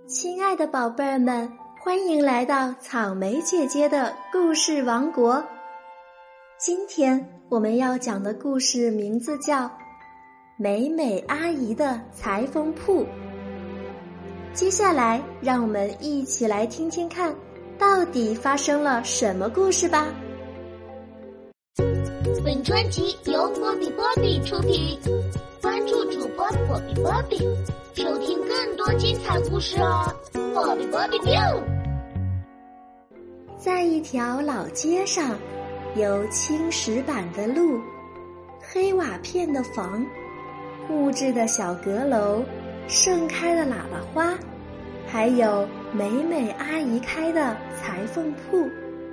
亲爱的宝贝儿们，欢迎来到草莓姐姐的故事王国。今天我们要讲的故事名字叫《美美阿姨的裁缝铺》。接下来让我们一起来听听看，到底发生了什么故事吧。 本专辑由波比波比出品，关注主播波比波比，收听更多精彩故事哦！波比波比 biu。 在一条老街上，有青石板的路，黑瓦片的房，木质的小阁楼，盛开的喇叭花，还有美美阿姨开的裁缝铺。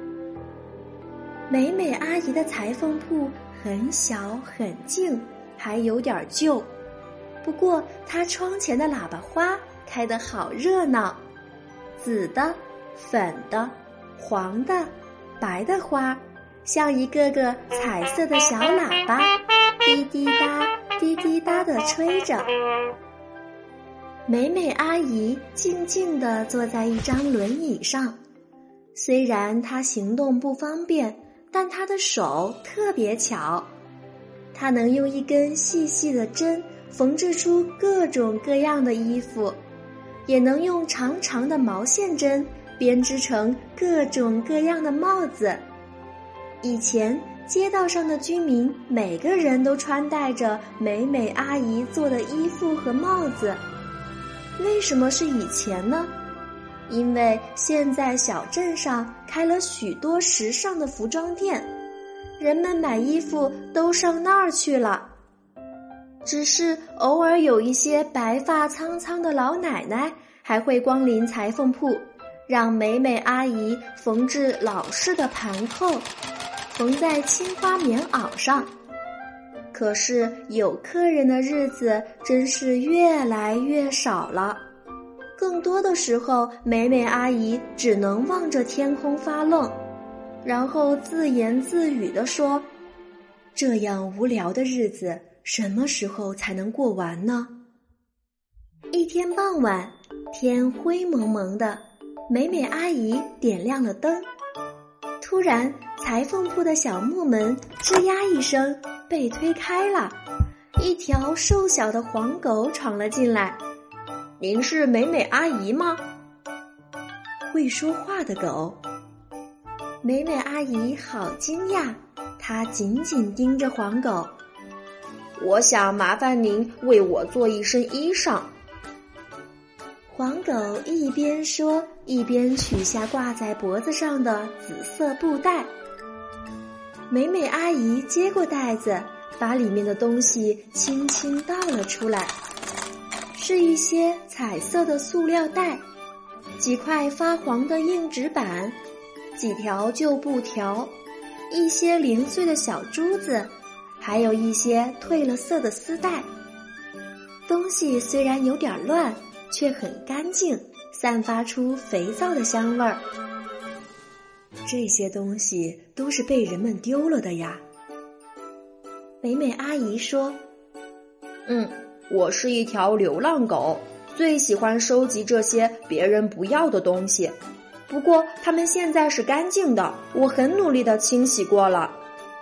美美阿姨的裁缝铺很小很静，还有点旧，不过她窗前的喇叭花开得好热闹，紫的、粉的、黄的、白的花，像一个个彩色的小喇叭，滴滴答滴滴答地吹着。美美阿姨静静地坐在一张轮椅上，虽然她行动不方便，但她的手特别巧，她能用一根细细的针缝制出各种各样的衣服，也能用长长的毛线针编织成各种各样的帽子。以前街道上的居民每个人都穿戴着美美阿姨做的衣服和帽子。为什么是以前呢？因为现在小镇上开了许多时尚的服装店，人们买衣服都上那儿去了。只是偶尔有一些白发苍苍的老奶奶还会光临裁缝铺，让美美阿姨缝制老式的盘扣，缝在青花棉袄上。可是有客人的日子真是越来越少了，更多的时候美美阿姨只能望着天空发愣，然后自言自语地说，这样无聊的日子什么时候才能过完呢？一天傍晚，天灰蒙蒙的，美美阿姨点亮了灯。突然裁缝铺的小木门吱呀一声被推开了，一条瘦小的黄狗闯了进来。您是美美阿姨吗？会说话的狗。美美阿姨好惊讶，她紧紧盯着黄狗。我想麻烦您为我做一身衣裳。黄狗一边说，一边取下挂在脖子上的紫色布带。美美阿姨接过袋子，把里面的东西轻轻倒了出来，是一些彩色的塑料袋，几块发黄的硬纸板，几条旧布条，一些零碎的小珠子，还有一些褪了色的丝带。东西虽然有点乱，却很干净，散发出肥皂的香味儿。这些东西都是被人们丢了的呀。美美阿姨说，我是一条流浪狗，最喜欢收集这些别人不要的东西。不过它们现在是干净的，我很努力地清洗过了。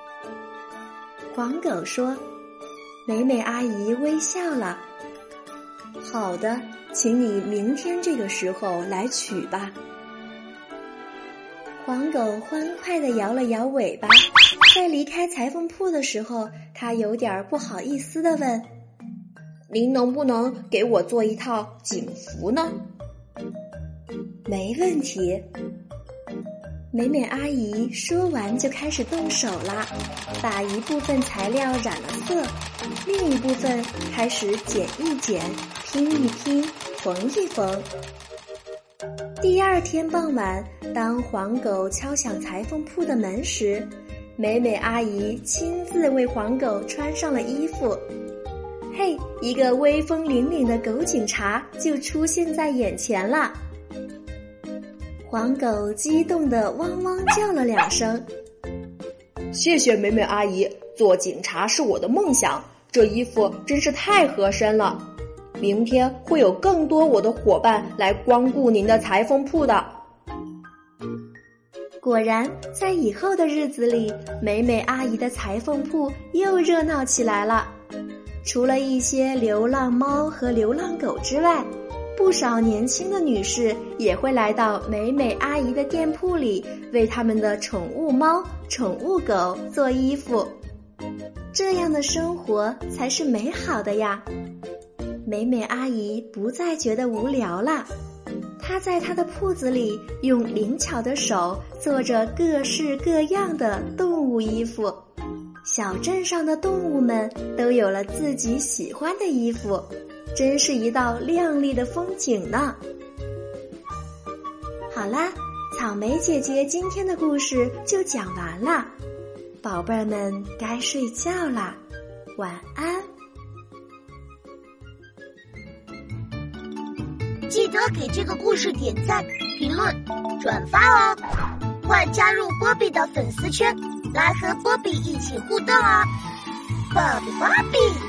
黄狗说。美美阿姨微笑了。好的，请你明天这个时候来取吧。黄狗欢快地摇了摇尾巴，在离开裁缝铺的时候，它有点不好意思地问，您能不能给我做一套警服呢？没问题。美美阿姨说完就开始动手啦，把一部分材料染了色，另一部分开始剪一剪，拼一拼，缝一缝。第二天傍晚，当黄狗敲响裁缝铺的门时，美美阿姨亲自为黄狗穿上了衣服。嘿，一个威风凛凛的狗警察就出现在眼前了。黄狗激动地汪汪叫了2声。谢谢美美阿姨，做警察是我的梦想，这衣服真是太合身了。 明天会有更多我的伙伴来光顾您的裁缝铺的。果然，在以后的日子里，美美阿姨的裁缝铺又热闹起来了。除了一些流浪猫和流浪狗之外，不少年轻的女士也会来到美美阿姨的店铺里，为他们的宠物猫、宠物狗做衣服。这样的生活才是美好的呀！美美阿姨不再觉得无聊了。她在她的铺子里用灵巧的手做着各式各样的动物衣服，小镇上的动物们都有了自己喜欢的衣服，真是一道亮丽的风景呢。好啦，草莓姐姐今天的故事就讲完了，宝贝儿们该睡觉啦，晚安。 记得给这个故事点赞、评论、转发哦！快加入波比的粉丝圈，来和波比一起互动哦！波比。